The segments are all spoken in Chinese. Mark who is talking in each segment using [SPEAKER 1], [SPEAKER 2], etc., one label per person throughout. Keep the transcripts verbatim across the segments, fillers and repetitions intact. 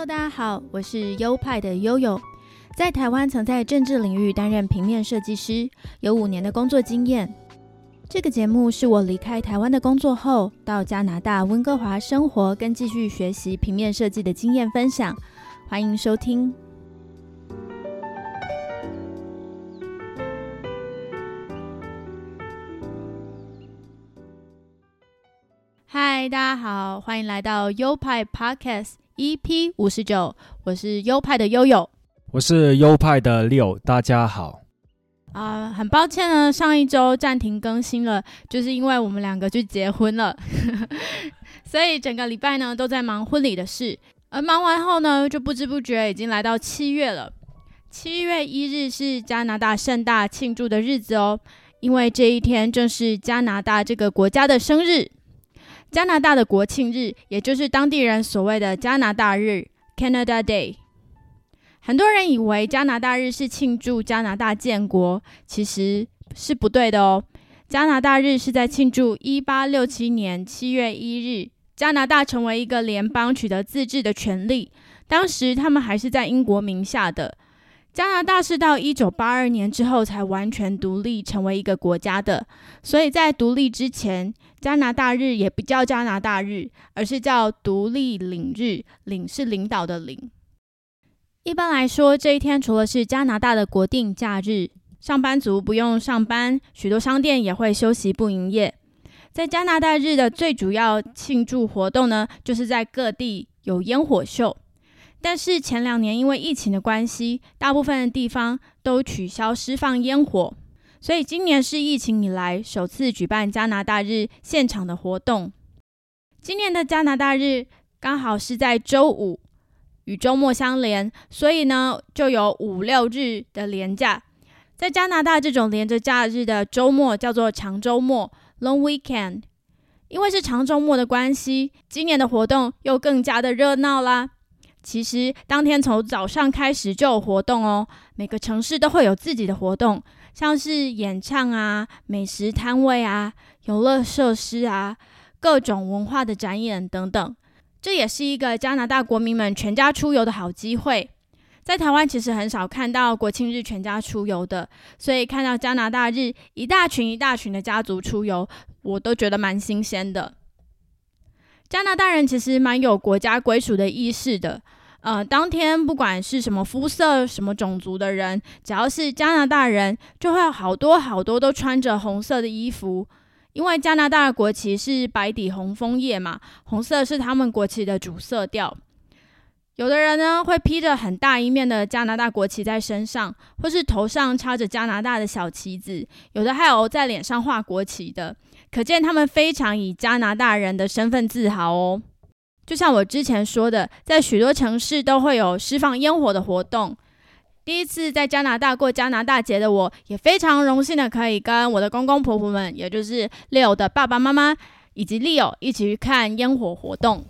[SPEAKER 1] Hello， 大家好，我是优派的悠悠，在台湾曾在政治领域担任平面设计师，有五年的工作经验。这个节目是我离开台湾的工作后，到加拿大温哥华生活跟继续学习平面设计的经验分享，欢迎收听。嗨，大家好，欢迎来到优派 Podcast E P 五十九，我是优派的悠悠，
[SPEAKER 2] 我是优派的六，大家好。
[SPEAKER 1] 啊、呃，很抱歉呢，上一周暂停更新了，就是因为我们两个去结婚了，所以整个礼拜呢都在忙婚礼的事。而忙完后呢，就不知不觉已经来到七月了。七月一日是加拿大盛大庆祝的日子哦，因为这一天正是加拿大这个国家的生日。加拿大的国庆日，也就是当地人所谓的加拿大日 Canada Day。 很多人以为加拿大日是庆祝加拿大建国，其实是不对的哦。加拿大日是在庆祝一八六七年七月一日加拿大成为一个联邦，取得自治的权利。当时他们还是在英国名下的。加拿大是到一九八二年之后才完全独立成为一个国家的，所以在独立之前，加拿大日也不叫加拿大日，而是叫独立领日，领是领导的领。一般来说，这一天除了是加拿大的国定假日，上班族不用上班，许多商店也会休息不营业。在加拿大日的最主要庆祝活动呢，就是在各地有烟火秀。但是前两年因为疫情的关系，大部分的地方都取消释放烟火，所以今年是疫情以来首次举办加拿大日现场的活动。今年的加拿大日刚好是在周五，与周末相连，所以呢就有五六日的连假。在加拿大这种连着假日的周末叫做长周末 Long Weekend。 因为是长周末的关系，今年的活动又更加的热闹啦。其实当天从早上开始就有活动哦，每个城市都会有自己的活动，像是演唱啊、美食摊位啊、游乐设施啊、各种文化的展演等等。这也是一个加拿大国民们全家出游的好机会。在台湾其实很少看到国庆日全家出游的，所以看到加拿大日一大群一大群的家族出游，我都觉得蛮新鲜的。加拿大人其实蛮有国家归属的意识的，呃，当天不管是什么肤色、什么种族的人，只要是加拿大人，就会有好多好多都穿着红色的衣服，因为加拿大的国旗是白底红枫叶嘛，红色是他们国旗的主色调。有的人呢会披着很大一面的加拿大国旗在身上，或是头上插着加拿大的小旗子，有的还有在脸上画国旗的，可见他们非常以加拿大人的身份自豪哦。就像我之前说的，在许多城市都会有释放烟火的活动。第一次在加拿大过加拿大节的我，也非常荣幸的可以跟我的公公婆婆们，也就是 Leo 的爸爸妈妈以及 Leo 一起去看烟火活动。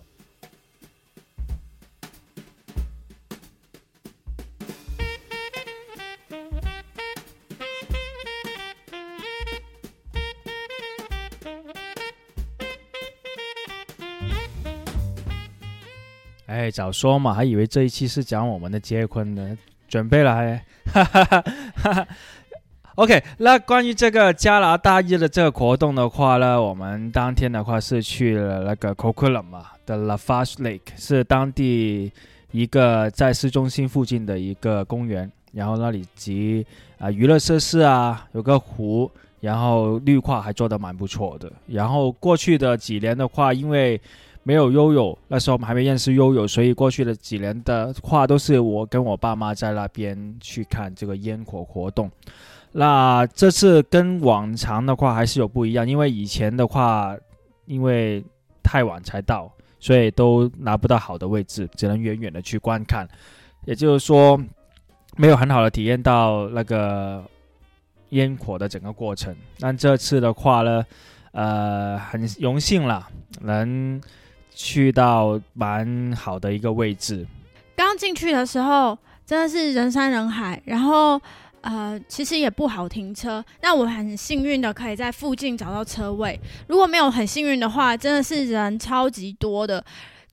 [SPEAKER 2] 哎，早说嘛，还以为这一期是讲我们的结婚呢，准备了还哈哈哈哈。OK， 那关于这个加拿大日的这个活动的话呢，我们当天的话是去了那个 Coquitlam 嘛的 Lafosse Lake， 是当地一个在市中心附近的一个公园，然后那里集啊、呃、娱乐设施啊，有个湖，然后绿化还做得蛮不错的。然后过去的几年的话，因为没有悠悠，那时候我们还没认识悠悠，所以过去的几年的话都是我跟我爸妈在那边去看这个烟火活动。那这次跟往常的话还是有不一样，因为以前的话因为太晚才到，所以都拿不到好的位置，只能远远的去观看，也就是说没有很好的体验到那个烟火的整个过程。但这次的话呢呃，很荣幸啦，能去到蛮好的一个位置。
[SPEAKER 1] 刚进去的时候真的是人山人海，然后呃，其实也不好停车。那我很幸运的可以在附近找到车位，如果没有很幸运的话，真的是人超级多的。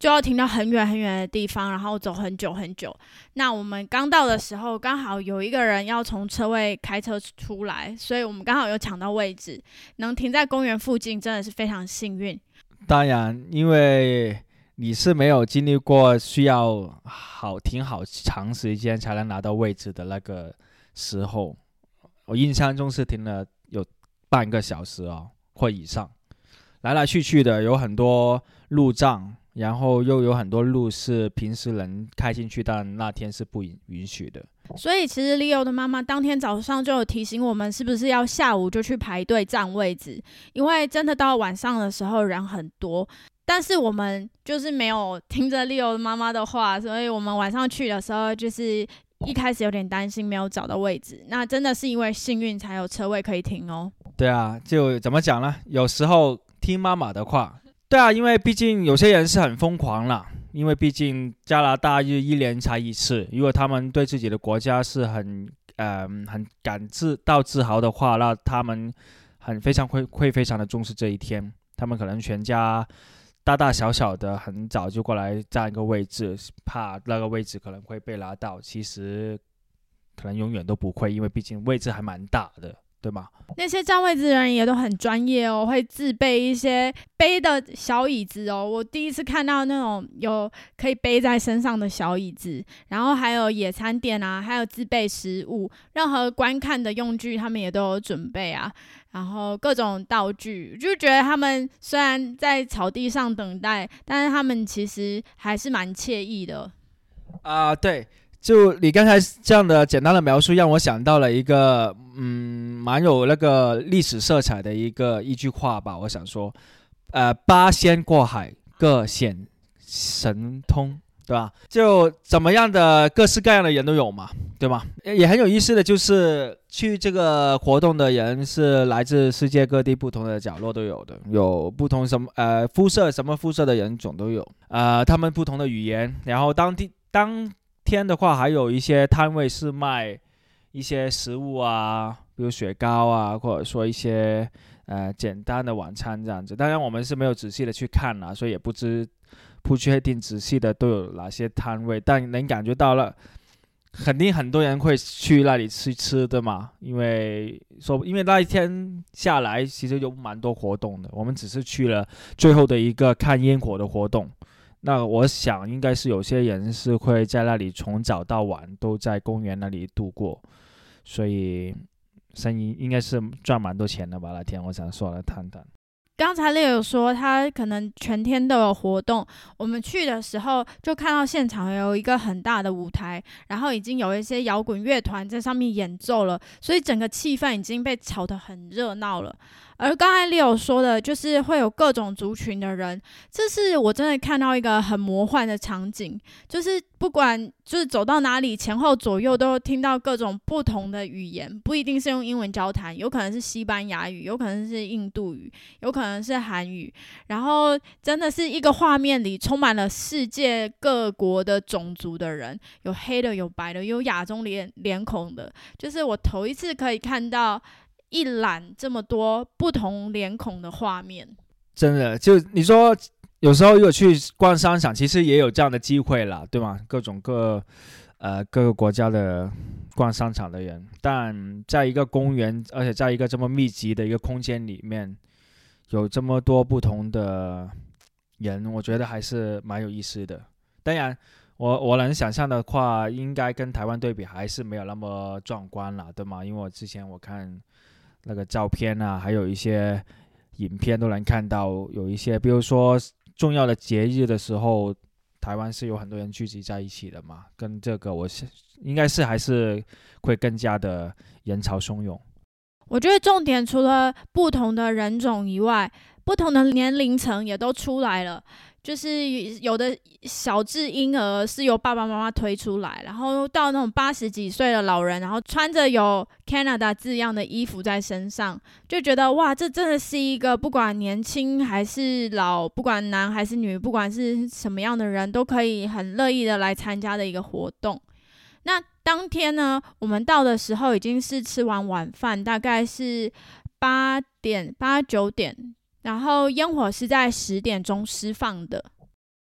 [SPEAKER 1] 就要停到很远很远的地方，然后走很久很久。那我们刚到的时候，刚好有一个人要从车位开车出来，所以我们刚好有抢到位置，能停在公园附近，真的是非常幸运。
[SPEAKER 2] 当然，因为你是没有经历过需要好停好长时间才能拿到位置的那个时候，我印象中是停了有半个小时哦，或以上，来来去去的有很多路障，然后又有很多路是平时能开进去，但那天是不允许的。
[SPEAKER 1] 所以其实 Leo 的妈妈当天早上就有提醒我们，是不是要下午就去排队占位置，因为真的到晚上的时候人很多。但是我们就是没有听着 Leo 的妈妈的话，所以我们晚上去的时候就是一开始有点担心没有找到位置，那真的是因为幸运才有车位可以停哦。
[SPEAKER 2] 对啊，就怎么讲呢？有时候听妈妈的话。对啊，因为毕竟有些人是很疯狂啦，因为毕竟加拿大日一年才一次，如果他们对自己的国家是很呃很感自到自豪的话，那他们很非常会会非常的重视这一天，他们可能全家大大小小的很早就过来占一个位置，怕那个位置可能会被拿到，其实可能永远都不会，因为毕竟位置还蛮大的，对吗？
[SPEAKER 1] 那些占位置的人也都很专业哦，会自备一些背的小椅子哦。我第一次看到那种有可以背在身上的小椅子，然后还有野餐垫啊，还有自备食物，任何观看的用具他们也都有准备啊。然后各种道具，就觉得他们虽然在草地上等待，但是他们其实还是蛮惬意的。
[SPEAKER 2] 啊、呃，对。就你刚才这样的简单的描述，让我想到了一个嗯，蛮有那个历史色彩的一个一句话吧。我想说，呃，八仙过海，各显神通，对吧？就怎么样的各式各样的人都有嘛，对吗？也很有意思的就是去这个活动的人是来自世界各地不同的角落都有的，有不同什么呃肤色什么肤色的人种都有，呃，他们不同的语言，然后当地当天的话还有一些摊位是卖一些食物啊，比如雪糕啊，或者说一些呃简单的晚餐这样子。当然我们是没有仔细的去看啦，所以也不知不确定仔细的都有哪些摊位，但能感觉到了肯定很多人会去那里吃吃的嘛，因为说因为那一天下来其实有蛮多活动的，我们只是去了最后的一个看烟火的活动。那我想应该是有些人是会在那里从早到晚都在公园那里度过，所以生意应该是赚蛮多钱的吧。那天我想说来谈谈。
[SPEAKER 1] 刚才Leo有说他可能全天都有活动，我们去的时候就看到现场有一个很大的舞台，然后已经有一些摇滚乐团在上面演奏了，所以整个气氛已经被炒得很热闹了。而刚才Leo说的就是会有各种族群的人，这是我真的看到一个很魔幻的场景，就是不管就是走到哪里，前后左右都听到各种不同的语言，不一定是用英文交谈，有可能是西班牙语，有可能是印度语，有可能是韩语，然后真的是一个画面里充满了世界各国的种族的人，有黑的，有白的，有亚洲脸脸孔的，就是我头一次可以看到一览这么多不同脸孔的画面。
[SPEAKER 2] 真的，就你说有时候如果去逛商场，其实也有这样的机会啦，对吗？各种各呃各个国家的逛商场的人，但在一个公园，而且在一个这么密集的一个空间里面，有这么多不同的人，我觉得还是蛮有意思的。当然我我能想象的话，应该跟台湾对比还是没有那么壮观啦，对吗？因为我之前我看那个照片啊，还有一些影片都能看到，有一些比如说重要的节日的时候，台湾是有很多人聚集在一起的嘛，跟这个我是应该是还是会更加的人潮汹涌。
[SPEAKER 1] 我觉得重点除了不同的人种以外，不同的年龄层也都出来了，就是有的小至婴儿是由爸爸妈妈推出来，然后到那种八十几岁的老人，然后穿着有 Canada 字样的衣服在身上，就觉得哇，这真的是一个不管年轻还是老，不管男还是女，不管是什么样的人都可以很乐意的来参加的一个活动。那当天呢，我们到的时候已经是吃完晚饭，大概是八点八九点，然后烟火是在十点钟释放的。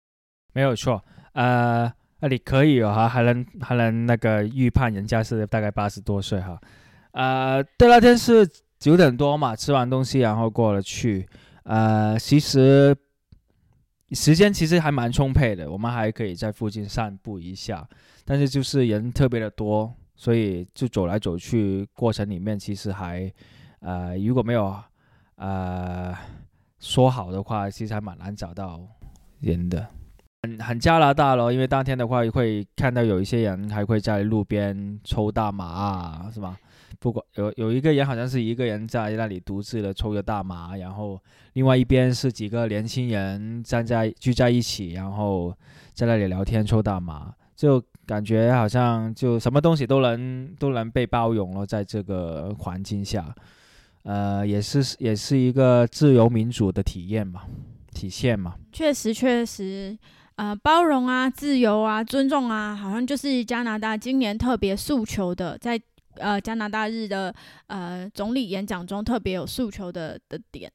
[SPEAKER 2] 没有错。呃，那你可以哦，还能还能那个预判人家是大概八十多岁哈。呃，对，那天是九点多嘛，吃完东西然后过了去。呃，其实时间其实还蛮充沛的，我们还可以在附近散步一下，但是就是人特别的多，所以就走来走去过程里面其实还呃如果没有呃说好的话，其实还蛮难找到人的。很很加拿大咯，因为当天的话会看到有一些人还会在路边抽大麻啊，是吧？不过有有一个人好像是一个人在那里独自的抽着大麻，然后另外一边是几个年轻人站在聚在一起，然后在那里聊天抽大麻，就感觉好像就什么东西都能都能被包容了，在这个环境下，呃，也是也是一个自由民主的体验嘛，体现嘛。
[SPEAKER 1] 确实确实。呃，包容啊，自由啊，尊重啊，好像就是加拿大今年特别诉求的，在呃加拿大日的呃总理演讲中特别有诉求的的点。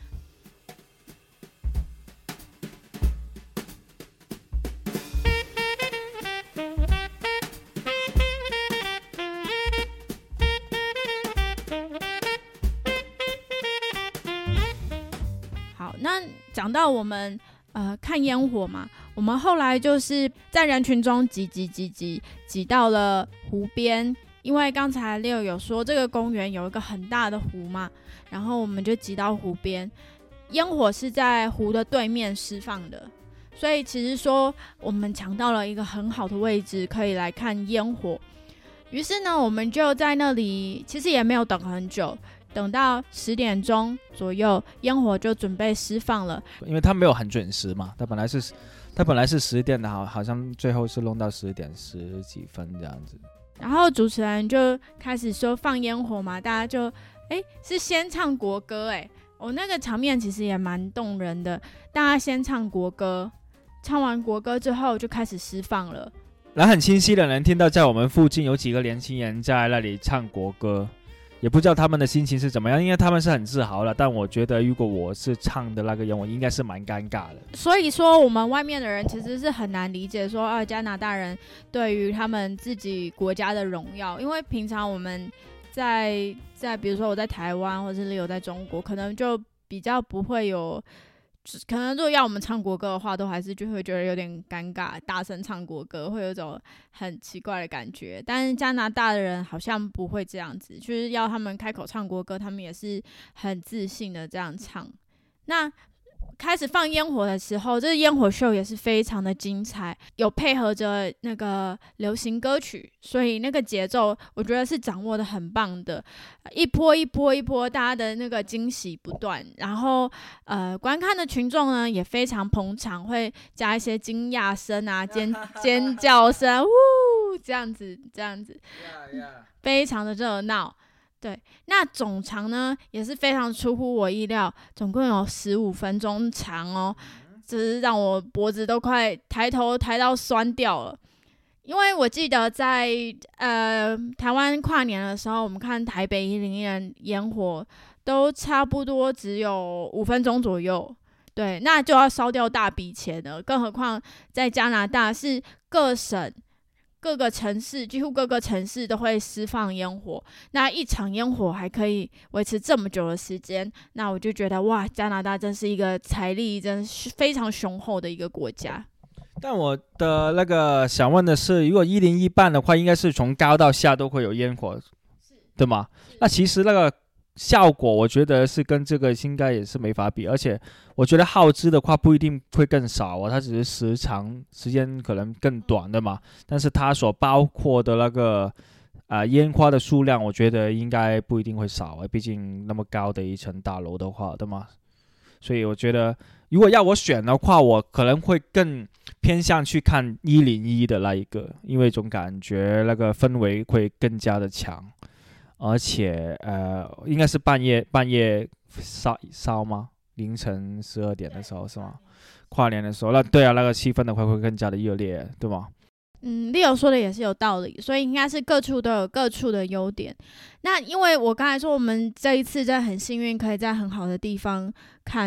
[SPEAKER 1] 好，那讲到我们呃看烟火嘛，我们后来就是在人群中挤挤挤挤挤到了湖边，因为刚才 Leo 有说这个公园有一个很大的湖嘛，然后我们就挤到湖边，烟火是在湖的对面释放的，所以其实说我们抢到了一个很好的位置可以来看烟火。于是呢，我们就在那里，其实也没有等很久，等到十点钟左右，烟火就准备释放了。
[SPEAKER 2] 因为它没有很准时嘛，它本来是它本来是十点的，好好像最后是弄到十点十几分这样子。
[SPEAKER 1] 然后主持人就开始说放烟火嘛，大家就哎是先唱国歌哎，哦那个场面其实也蛮动人的，大家先唱国歌，唱完国歌之后就开始释放了。
[SPEAKER 2] 然后很清晰的能听到在我们附近有几个年轻人在那里唱国歌，也不知道他们的心情是怎么样，因为他们是很自豪的，但我觉得如果我是唱的那个人，我应该是蛮尴尬的。
[SPEAKER 1] 所以说我们外面的人其实是很难理解说啊，加拿大人对于他们自己国家的荣耀，因为平常我们在在比如说我在台湾或者是有在中国，可能就比较不会有，可能如果要我们唱国歌的话，都还是就会觉得有点尴尬，大声唱国歌会有一种很奇怪的感觉。但是加拿大的人好像不会这样子，就是要他们开口唱国歌，他们也是很自信的这样唱。那开始放烟火的时候，这个烟火秀也是非常的精彩，有配合着那个流行歌曲，所以那个节奏我觉得是掌握的很棒的，一波一波一波，大家的那个惊喜不断。然后呃，观看的群众呢也非常捧场，会加一些惊讶声啊、尖尖叫声，呜，这样子这样子， yeah, yeah. 非常的热闹。对，那总长呢也是非常出乎我意料，总共有十五分钟长哦，这是让我脖子都快抬头抬到酸掉了。因为我记得在呃台湾跨年的时候，我们看台北一零一人烟火都差不多只有五分钟左右，对，那就要烧掉大笔钱了，更何况在加拿大是各省各个城市，几乎各个城市都会释放烟火，那一场烟火还可以维持这么久的时间，那我就觉得哇，加拿大真是一个财力真是非常雄厚的一个国家。
[SPEAKER 2] 但我的那个想问的是，如果一零一办的话，应该是从高到下都会有烟火，对吗？那其实那个效果我觉得是跟这个应该也是没法比，而且我觉得耗资的话不一定会更少啊，它只是时长时间可能更短的嘛，但是它所包括的那个啊烟花的数量，我觉得应该不一定会少啊，毕竟那么高的一层大楼的话，对吗？所以我觉得如果要我选的话，我可能会更偏向去看一零一的那一个，因为总感觉那个氛围会更加的强。而且呃，应该是半夜半夜烧烧吗？凌晨十二点的时候是吗？跨年的时候，那对啊，那个气氛的话会更加的热烈，对吗？
[SPEAKER 1] 嗯 Leo 说的也是有道理，所以应该是各处都有各处的优点。那因为我刚才说我们这一次真的很幸运，可以在很好的地方看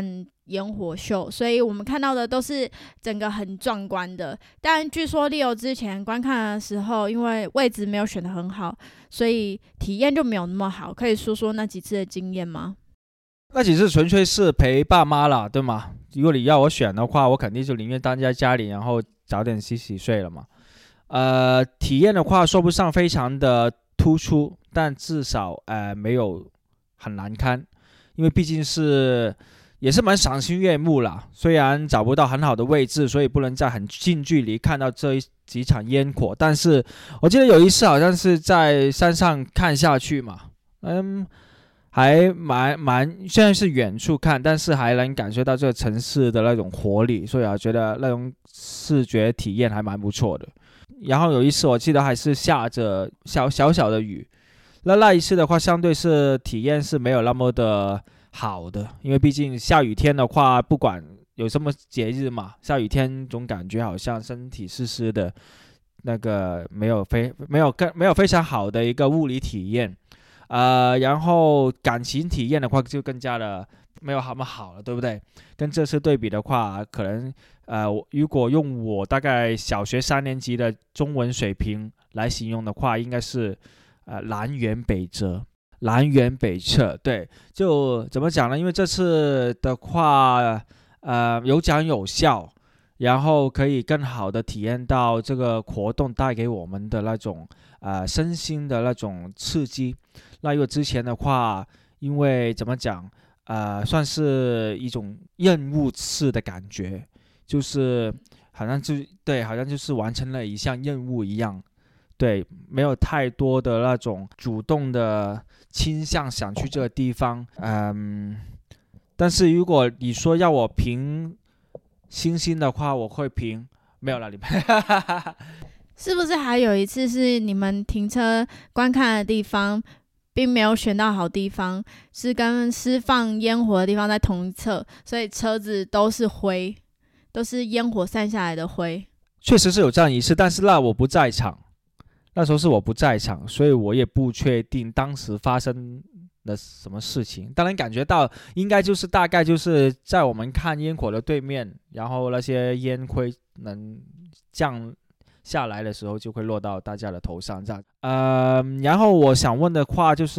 [SPEAKER 1] 烟火秀，所以我们看到的都是整个很壮观的。但据说 Leo 之前观看的时候，因为位置没有选得很好，所以体验就没有那么好。可以说说那几次的经验吗？
[SPEAKER 2] 那几次纯粹是陪爸妈啦，对吗？如果你要我选的话，我肯定就宁愿待在家里，然后早点洗洗睡了嘛。呃，体验的话说不上非常的突出，但至少呃没有很难堪，因为毕竟是也是蛮赏心悦目啦。虽然找不到很好的位置，所以不能在很近距离看到这一几场烟火，但是我记得有一次好像是在山上看下去嘛，嗯，还蛮蛮虽然是远处看，但是还能感觉到这个城市的那种活力，所以我觉得那种视觉体验还蛮不错的。然后有一次我记得还是下着小小小的雨，那那一次的话相对是体验是没有那么的好的，因为毕竟下雨天的话，不管有什么节日嘛，下雨天总感觉好像身体湿湿的，那个没有非没有更没有非常好的一个物理体验，呃，然后感情体验的话就更加的没有那么好了，对不对？跟这次对比的话，可能呃，如果用我大概小学三年级的中文水平来形容的话，应该是呃南辕北辙。南辕北辙，对，就怎么讲呢？因为这次的话，呃，有奖有效，然后可以更好的体验到这个活动带给我们的那种呃身心的那种刺激。那如果之前的话，因为怎么讲，呃，算是一种任务式的感觉，就是好像就对，好像就是完成了一项任务一样。对，没有太多的那种主动的倾向想去这个地方，嗯，但是如果你说要我评星星的话，我会评没有了，你们
[SPEAKER 1] 是不是还有一次是你们停车观看的地方并没有选到好地方，是跟释放烟火的地方在同一侧，所以车子都是灰，都是烟火散下来的灰？
[SPEAKER 2] 确实是有这样一次，但是那我不在场，那时候是我不在场，所以我也不确定当时发生了什么事情。当然感觉到应该就是大概就是在我们看烟火的对面，然后那些烟灰能降下来的时候就会落到大家的头上这样。呃，然后我想问的话就是，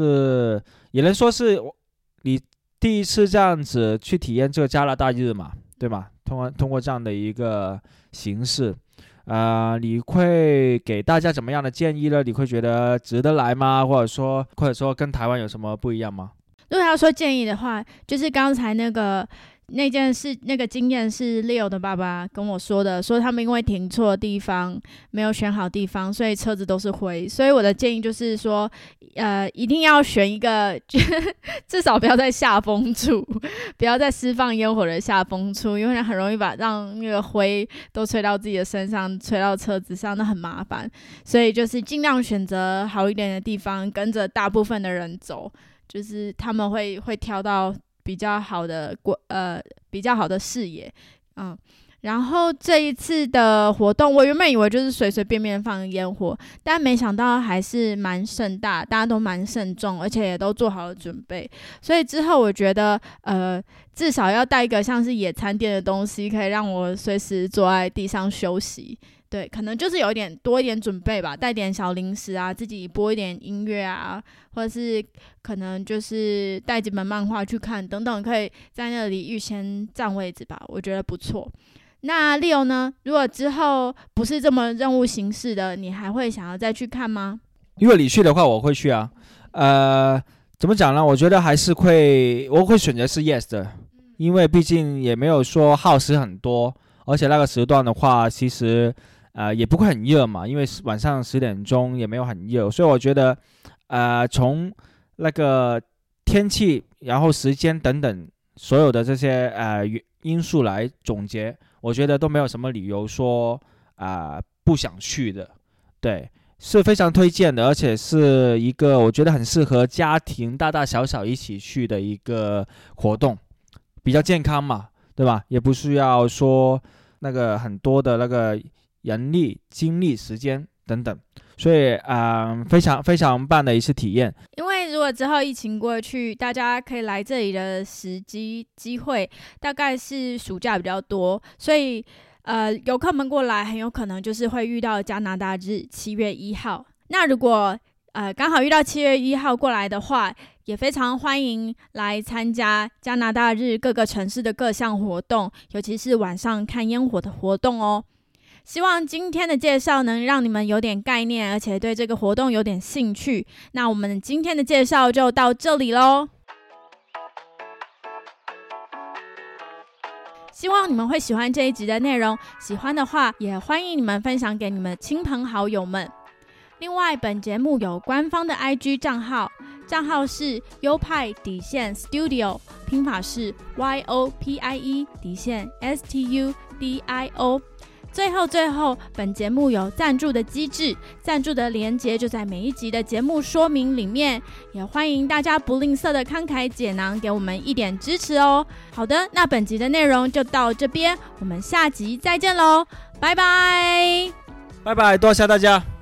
[SPEAKER 2] 也能说是你第一次这样子去体验这个加拿大日嘛，对吗？通过通过这样的一个形式，呃，你会给大家怎么样的建议呢？你会觉得值得来吗？或者说，或者说跟台湾有什么不一样吗？
[SPEAKER 1] 如果要说建议的话，就是刚才那个那件事，那个经验是 Leo 的爸爸跟我说的，说他们因为停错地方，没有选好地方，所以车子都是灰。所以我的建议就是说，呃，一定要选一个，至少不要在下风处，不要在释放烟火的下风处，因为很容易把让那个灰都吹到自己的身上，吹到车子上，那很麻烦。所以就是尽量选择好一点的地方，跟着大部分的人走。就是他们会会挑到比较好的呃比较好的视野，嗯，然后这一次的活动，我原本以为就是随随便便放烟火，但没想到还是蛮盛大，大家都蛮慎重，而且也都做好了准备。所以之后我觉得，呃，至少要带一个像是野餐垫的东西，可以让我随时坐在地上休息。对，可能就是有一点多一点准备吧，带点小零食啊，自己播一点音乐啊，或者是可能就是带几本漫画去看等等，可以在那里预先占位置吧，我觉得不错。那 Leo 呢？如果之后不是这么任务形式的，你还会想要再去看吗？
[SPEAKER 2] 如果你去的话，我会去啊。呃，怎么讲呢？我觉得还是会，我会选择是 yes 的，因为毕竟也没有说耗时很多，而且那个时段的话，其实。呃，也不会很热嘛，因为晚上十点钟也没有很热，所以我觉得，呃，从那个天气，然后时间等等所有的这些呃因素来总结，我觉得都没有什么理由说啊、呃、不想去的，对，是非常推荐的，而且是一个我觉得很适合家庭大大小小一起去的一个活动，比较健康嘛，对吧？也不需要说那个很多的那个。人力、精力、时间等等，所以啊、呃，非常非常棒的一次体验。
[SPEAKER 1] 因为以如果之后疫情过去，大家可以来这里的时机机会大概是暑假比较多，所以呃游客们过来很有可能就是会遇到加拿大日七月一号。那如果呃刚好遇到七月一号过来的话，也非常欢迎来参加加拿大日各个城市的各项活动，尤其是晚上看烟火的活动哦。希望今天的介绍能让你们有点概念，而且对这个活动有点兴趣。那我们今天的介绍就到这里咯。希望你们会喜欢这一集的内容，喜欢的话也欢迎你们分享给你们的亲朋好友们。另外，本节目有官方的 I G 账号，账号是优派底线 Studio， 拼法是 Y O P I E 底线 S T U D I O。最后最后，本节目有赞助的机制，赞助的连结就在每一集的节目说明里面，也欢迎大家不吝啬的慷慨解囊，给我们一点支持哦。好的，那本集的内容就到这边，我们下集再见喽，拜拜，
[SPEAKER 2] 拜拜，多谢大家。